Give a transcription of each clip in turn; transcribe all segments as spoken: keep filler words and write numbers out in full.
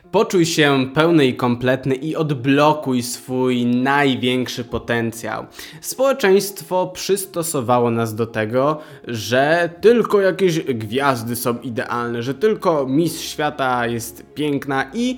Poczuj się pełny i kompletny i odblokuj swój największy potencjał. Społeczeństwo przystosowało nas do tego, że tylko jakieś gwiazdy są idealne, że tylko Miss Świata jest piękna i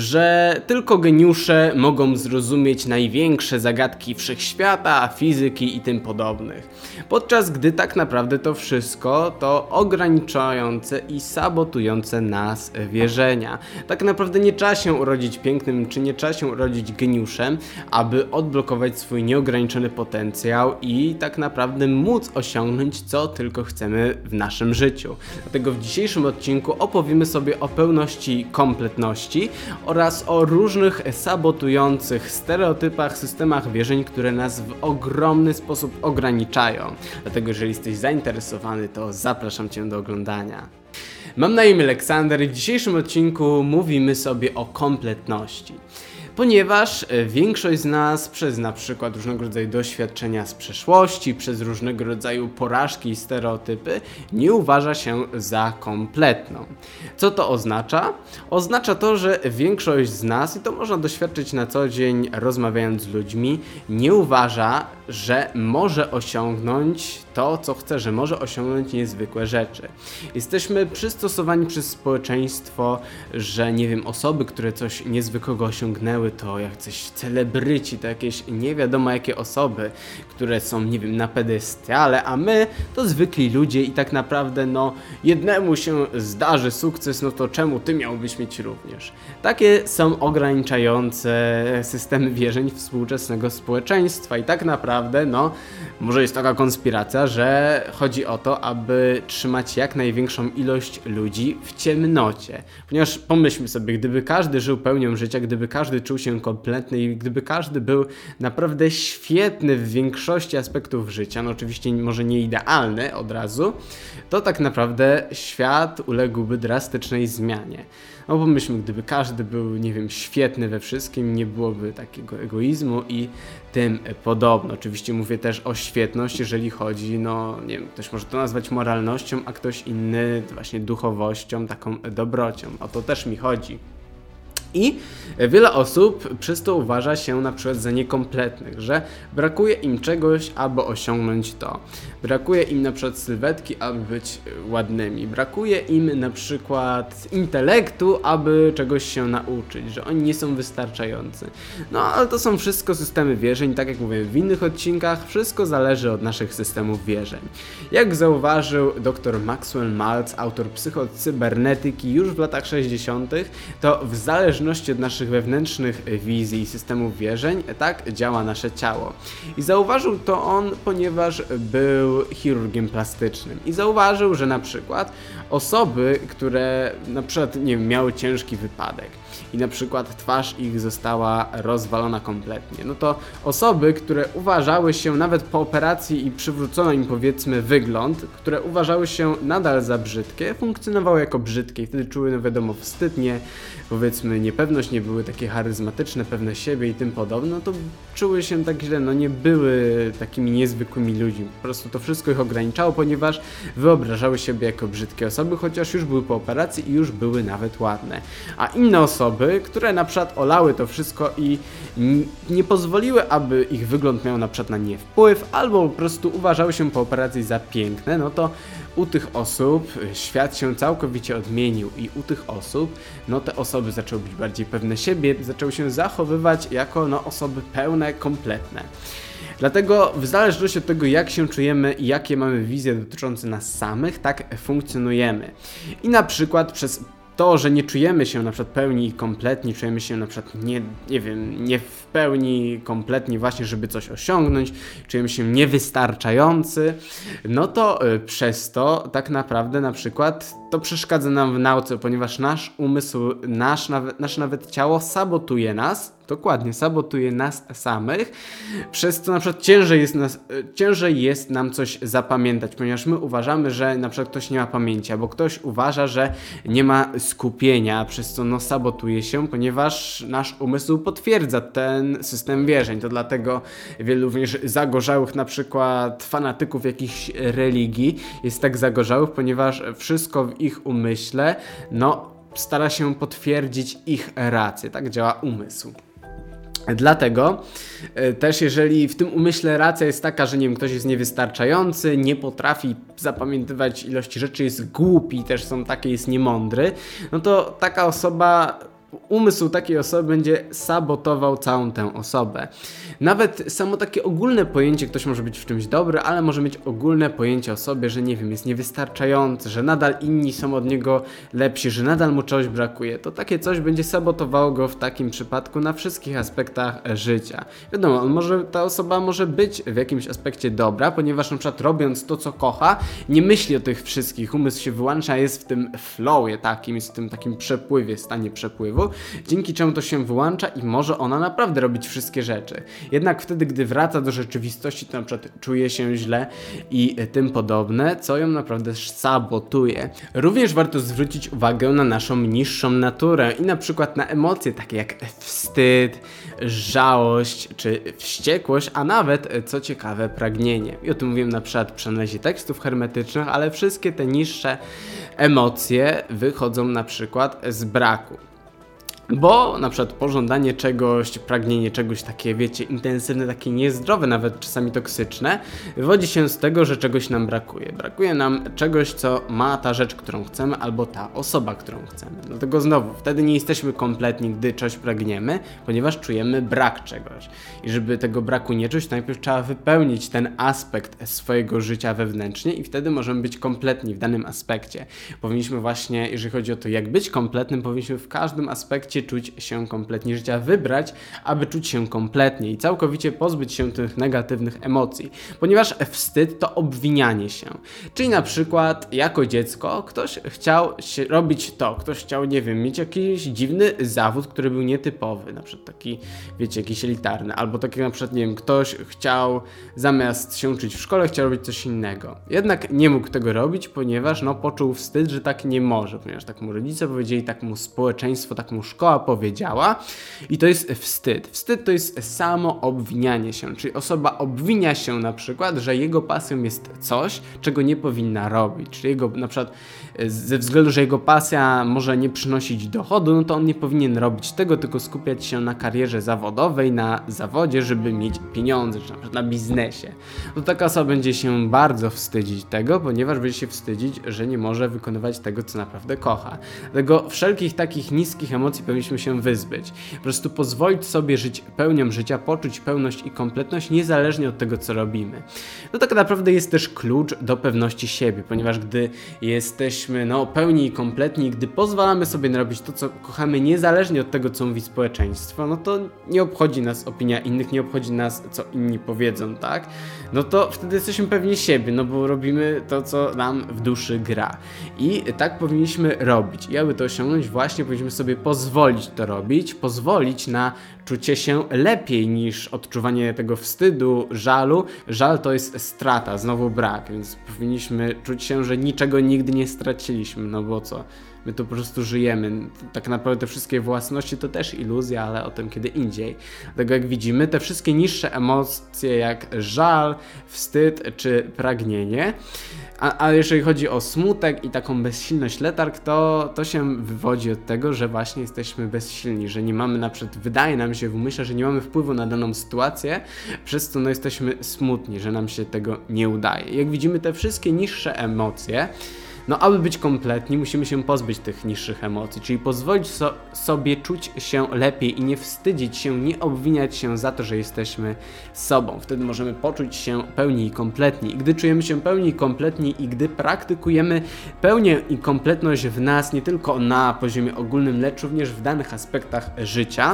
że tylko geniusze mogą zrozumieć największe zagadki wszechświata, fizyki i tym podobnych. Podczas gdy tak naprawdę to wszystko to ograniczające i sabotujące nas wierzenia. Tak naprawdę nie trzeba się urodzić pięknym, czy nie trzeba się urodzić geniuszem, aby odblokować swój nieograniczony potencjał i tak naprawdę móc osiągnąć co tylko chcemy w naszym życiu. Dlatego w dzisiejszym odcinku opowiemy sobie o pełności kompletności oraz o różnych sabotujących stereotypach, systemach wierzeń, które nas w ogromny sposób ograniczają. Dlatego jeżeli jesteś zainteresowany, to zapraszam Cię do oglądania. Mam na imię Aleksander i w dzisiejszym odcinku mówimy sobie o kompletności. Ponieważ większość z nas przez na przykład różnego rodzaju doświadczenia z przeszłości, przez różnego rodzaju porażki i stereotypy nie uważa się za kompletną. Co to oznacza? Oznacza to, że większość z nas, i to można doświadczyć na co dzień rozmawiając z ludźmi, nie uważa, że może osiągnąć to, co chce, że może osiągnąć niezwykłe rzeczy. Jesteśmy przystosowani przez społeczeństwo, że nie wiem, osoby, które coś niezwykłego osiągnęły, to jacyś celebryci, to jakieś nie wiadomo jakie osoby, które są, nie wiem, na pedestale, a my to zwykli ludzie i tak naprawdę no jednemu się zdarzy sukces, no to czemu ty miałbyś mieć również? Takie są ograniczające systemy wierzeń współczesnego społeczeństwa i tak naprawdę no może jest taka konspiracja, że chodzi o to, aby trzymać jak największą ilość ludzi w ciemnocie. Ponieważ pomyślmy sobie, gdyby każdy żył pełnią życia, gdyby każdy czuł się kompletny i gdyby każdy był naprawdę świetny w większości aspektów życia, no oczywiście może nie idealny od razu, to tak naprawdę świat uległby drastycznej zmianie. No pomyślmy, gdyby każdy był, nie wiem, świetny we wszystkim, nie byłoby takiego egoizmu i tym podobno. Oczywiście mówię też o świetności, jeżeli chodzi, no nie wiem, ktoś może to nazwać moralnością, a ktoś inny właśnie duchowością, taką dobrocią. O to też mi chodzi. I wiele osób przez to uważa się na przykład za niekompletnych, że brakuje im czegoś, aby osiągnąć to. Brakuje im na przykład sylwetki, aby być ładnymi. Brakuje im na przykład intelektu, aby czegoś się nauczyć, że oni nie są wystarczający. No ale to są wszystko systemy wierzeń, tak jak mówię w innych odcinkach, wszystko zależy od naszych systemów wierzeń. Jak zauważył dr Maxwell Maltz, autor psychocybernetyki już w latach sześćdziesiątych, to w zależności od naszych wewnętrznych wizji i systemów wierzeń, tak działa nasze ciało. I zauważył to on, ponieważ był chirurgiem plastycznym. I zauważył, że na przykład osoby, które na przykład nie wiem, miały ciężki wypadek i na przykład twarz ich została rozwalona kompletnie, no to osoby, które uważały się nawet po operacji i przywrócono im powiedzmy wygląd, które uważały się nadal za brzydkie, funkcjonowały jako brzydkie i wtedy czuły, no wiadomo, wstyd, nie, powiedzmy niepewność, nie były takie charyzmatyczne, pewne siebie i tym podobne, no to czuły się tak źle, no nie były takimi niezwykłymi ludźmi, po prostu to wszystko ich ograniczało, ponieważ wyobrażały siebie jako brzydkie osoby, chociaż już były po operacji i już były nawet ładne. A inne osoby, które na przykład olały to wszystko i nie pozwoliły, aby ich wygląd miał na przykład na nie wpływ, albo po prostu uważały się po operacji za piękne, no to u tych osób świat się całkowicie odmienił i u tych osób, no te osoby zaczęły być bardziej pewne siebie, zaczęły się zachowywać jako no osoby pełne, kompletne. Dlatego w zależności od tego, jak się czujemy i jakie mamy wizje dotyczące nas samych, tak funkcjonujemy. I na przykład przez to, że nie czujemy się na przykład pełni i kompletni, czujemy się na przykład nie, nie wiem, nie w pełni kompletni właśnie, żeby coś osiągnąć, czujemy się niewystarczający, no to y, przez to tak naprawdę na przykład to przeszkadza nam w nauce, ponieważ nasz umysł, nasz nawet, nasze nawet ciało sabotuje nas, dokładnie, sabotuje nas samych, przez co na przykład ciężej jest, nas, ciężej jest nam coś zapamiętać, ponieważ my uważamy, że na przykład ktoś nie ma pamięci, albo ktoś uważa, że nie ma skupienia, przez co no sabotuje się, ponieważ nasz umysł potwierdza ten system wierzeń. To dlatego wielu również zagorzałych na przykład fanatyków jakichś religii jest tak zagorzałych, ponieważ wszystko w ich umyśle, no stara się potwierdzić ich rację. Tak działa umysł. Dlatego też jeżeli w tym umyśle racja jest taka, że nie wiem, ktoś jest niewystarczający, nie potrafi zapamiętywać ilości rzeczy, jest głupi, też są takie, jest niemądry, no to taka osoba, umysł takiej osoby będzie sabotował całą tę osobę. Nawet samo takie ogólne pojęcie, ktoś może być w czymś dobry, ale może mieć ogólne pojęcie o sobie, że nie wiem, jest niewystarczający, że nadal inni są od niego lepsi, że nadal mu czegoś brakuje. To takie coś będzie sabotowało go w takim przypadku na wszystkich aspektach życia. Wiadomo, on może, ta osoba może być w jakimś aspekcie dobra, ponieważ na przykład robiąc to, co kocha, nie myśli o tych wszystkich, umysł się wyłącza, jest w tym flowie takim, jest w tym takim przepływie, stanie przepływu, dzięki czemu to się wyłącza i może ona naprawdę robić wszystkie rzeczy. Jednak wtedy, gdy wraca do rzeczywistości, to na przykład czuje się źle i tym podobne, co ją naprawdę sabotuje. Również warto zwrócić uwagę na naszą niższą naturę i na przykład na emocje takie jak wstyd, żałość czy wściekłość, a nawet, co ciekawe, pragnienie. I o tym mówiłem na przykład przy analizie tekstów hermetycznych, ale wszystkie te niższe emocje wychodzą na przykład z braku. Bo na przykład pożądanie czegoś, pragnienie czegoś takie, wiecie, intensywne, takie niezdrowe, nawet czasami toksyczne, wywodzi się z tego, że czegoś nam brakuje. Brakuje nam czegoś, co ma ta rzecz, którą chcemy, albo ta osoba, którą chcemy. Dlatego znowu, wtedy nie jesteśmy kompletni, gdy coś pragniemy, ponieważ czujemy brak czegoś. I żeby tego braku nie czuć, to najpierw trzeba wypełnić ten aspekt swojego życia wewnętrznie i wtedy możemy być kompletni w danym aspekcie. Powinniśmy właśnie, jeżeli chodzi o to, jak być kompletnym, powinniśmy w każdym aspekcie czuć się kompletnie, życia wybrać, aby czuć się kompletnie i całkowicie pozbyć się tych negatywnych emocji, ponieważ wstyd to obwinianie się. Czyli na przykład jako dziecko ktoś chciał się robić to, ktoś chciał, nie wiem, mieć jakiś dziwny zawód, który był nietypowy, na przykład taki, wiecie, jakiś elitarny, albo taki na przykład, nie wiem, ktoś chciał zamiast się uczyć w szkole, chciał robić coś innego. Jednak nie mógł tego robić, ponieważ no poczuł wstyd, że tak nie może, ponieważ tak mu rodzice powiedzieli, tak mu społeczeństwo, tak mu szkoła powiedziała i to jest wstyd. Wstyd to jest samo obwinianie się, czyli osoba obwinia się na przykład, że jego pasją jest coś, czego nie powinna robić, czyli jego na przykład ze względu, że jego pasja może nie przynosić dochodu, no to on nie powinien robić tego, tylko skupiać się na karierze zawodowej, na zawodzie, żeby mieć pieniądze, czy na przykład na biznesie. To taka osoba będzie się bardzo wstydzić tego, ponieważ będzie się wstydzić, że nie może wykonywać tego, co naprawdę kocha. Dlatego wszelkich takich niskich emocji powinniśmy się wyzbyć. Po prostu pozwolić sobie żyć pełnią życia, poczuć pełność i kompletność niezależnie od tego, co robimy. To tak naprawdę jest też klucz do pewności siebie, ponieważ gdy jesteśmy no, pełni i kompletni, gdy pozwalamy sobie robić to, co kochamy niezależnie od tego, co mówi społeczeństwo, no to nie obchodzi nas opinia innych, nie obchodzi nas, co inni powiedzą, tak? No to wtedy jesteśmy pewni siebie, no bo robimy to, co nam w duszy gra. I tak powinniśmy robić. I aby to osiągnąć, właśnie powinniśmy sobie pozwolić to robić, pozwolić na czucie się lepiej niż odczuwanie tego wstydu, żalu. Żal to jest strata, znowu brak, więc powinniśmy czuć się, że niczego nigdy nie straciliśmy, no bo co? My tu po prostu żyjemy. Tak naprawdę te wszystkie własności to też iluzja, ale o tym kiedy indziej. Dlatego jak widzimy, te wszystkie niższe emocje jak żal, wstyd czy pragnienie, a, a jeżeli chodzi o smutek i taką bezsilność, letarg, to, to się wywodzi od tego, że właśnie jesteśmy bezsilni, że nie mamy na przykład, wydaje nam się w umyśle, że nie mamy wpływu na daną sytuację, przez co no jesteśmy smutni, że nam się tego nie udaje. I jak widzimy, te wszystkie niższe emocje, no aby być kompletni, musimy się pozbyć tych niższych emocji, czyli pozwolić so, sobie czuć się lepiej i nie wstydzić się, nie obwiniać się za to, że jesteśmy sobą. Wtedy możemy poczuć się pełni i kompletni. I gdy czujemy się pełni i kompletni i gdy praktykujemy pełnię i kompletność w nas, nie tylko na poziomie ogólnym, lecz również w danych aspektach życia,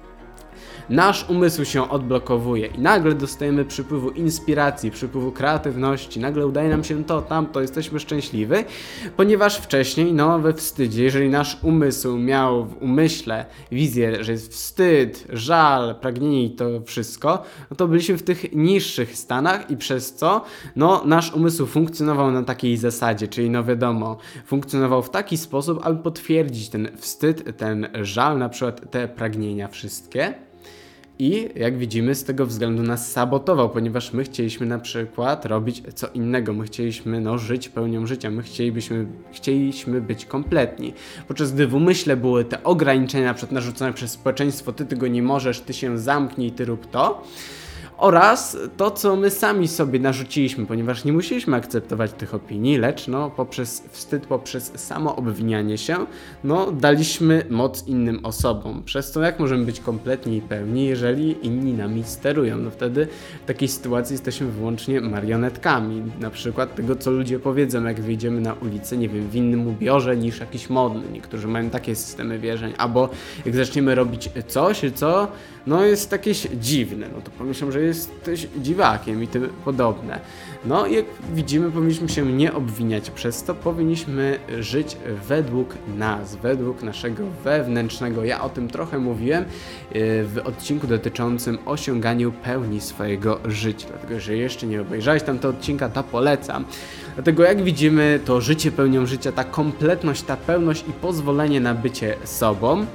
nasz umysł się odblokowuje i nagle dostajemy przypływu inspiracji, przypływu kreatywności, nagle udaje nam się to, tamto, jesteśmy szczęśliwi, ponieważ wcześniej, no we wstydzie, jeżeli nasz umysł miał w umyśle wizję, że jest wstyd, żal, pragnienie i to wszystko, no to byliśmy w tych niższych stanach i przez co, no nasz umysł funkcjonował na takiej zasadzie, czyli no wiadomo, funkcjonował w taki sposób, aby potwierdzić ten wstyd, ten żal, na przykład te pragnienia wszystkie. I jak widzimy, z tego względu nas sabotował, ponieważ my chcieliśmy na przykład robić co innego, my chcieliśmy no, żyć pełnią życia, my chcielibyśmy, chcieliśmy być kompletni. Podczas gdy w umyśle były te ograniczenia na przykład narzucone przez społeczeństwo, ty tego nie możesz, ty się zamknij, ty rób to. Oraz to, co my sami sobie narzuciliśmy, ponieważ nie musieliśmy akceptować tych opinii, lecz no, poprzez wstyd, poprzez samo obwinianie się, no, daliśmy moc innym osobom. Przez to jak możemy być kompletni i pełni, jeżeli inni nami sterują? No wtedy w takiej sytuacji jesteśmy wyłącznie marionetkami. Na przykład tego, co ludzie powiedzą, jak wyjdziemy na ulicę, nie wiem, w innym ubiorze niż jakiś modny. Niektórzy mają takie systemy wierzeń. Albo jak zaczniemy robić coś, co no, jest jakieś dziwne, no to pomyślą, że jesteś dziwakiem i tym podobne. No jak widzimy, powinniśmy się nie obwiniać przez to, powinniśmy żyć według nas, według naszego wewnętrznego. Ja o tym trochę mówiłem w odcinku dotyczącym osiąganiu pełni swojego życia. Dlatego jeżeli jeszcze nie obejrzałeś tamtego odcinka, to polecam. Dlatego jak widzimy, to życie pełnią życia, ta kompletność, ta pełność i pozwolenie na bycie sobą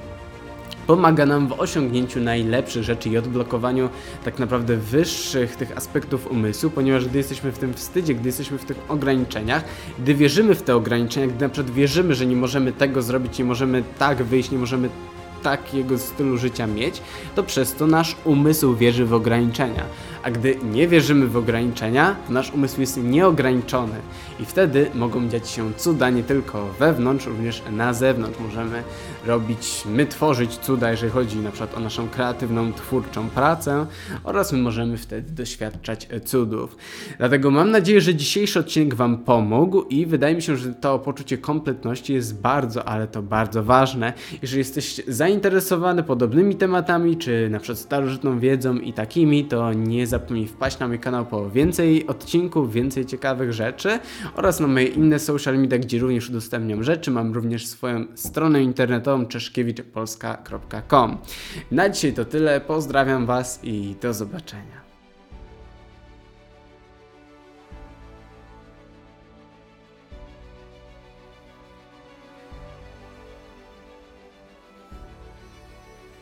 pomaga nam w osiągnięciu najlepszych rzeczy i odblokowaniu tak naprawdę wyższych tych aspektów umysłu, ponieważ gdy jesteśmy w tym wstydzie, gdy jesteśmy w tych ograniczeniach, gdy wierzymy w te ograniczenia, gdy na przykład wierzymy, że nie możemy tego zrobić, nie możemy tak wyjść, nie możemy takiego stylu życia mieć, to przez to nasz umysł wierzy w ograniczenia. A gdy nie wierzymy w ograniczenia, to nasz umysł jest nieograniczony i wtedy mogą dziać się cuda nie tylko wewnątrz, również na zewnątrz. Możemy robić, my tworzyć cuda, jeżeli chodzi na przykład o naszą kreatywną, twórczą pracę oraz my możemy wtedy doświadczać cudów. Dlatego mam nadzieję, że dzisiejszy odcinek Wam pomógł i wydaje mi się, że to poczucie kompletności jest bardzo, ale to bardzo ważne. Jeżeli jesteś zainteresowany podobnymi tematami, czy na przykład starożytną wiedzą i takimi, to nie zapomnij wpaść na mój kanał po więcej odcinków, więcej ciekawych rzeczy oraz na moje inne social media, gdzie również udostępniam rzeczy. Mam również swoją stronę internetową czeszkiewicz polska kropka com. Na dzisiaj to tyle, pozdrawiam Was i do zobaczenia.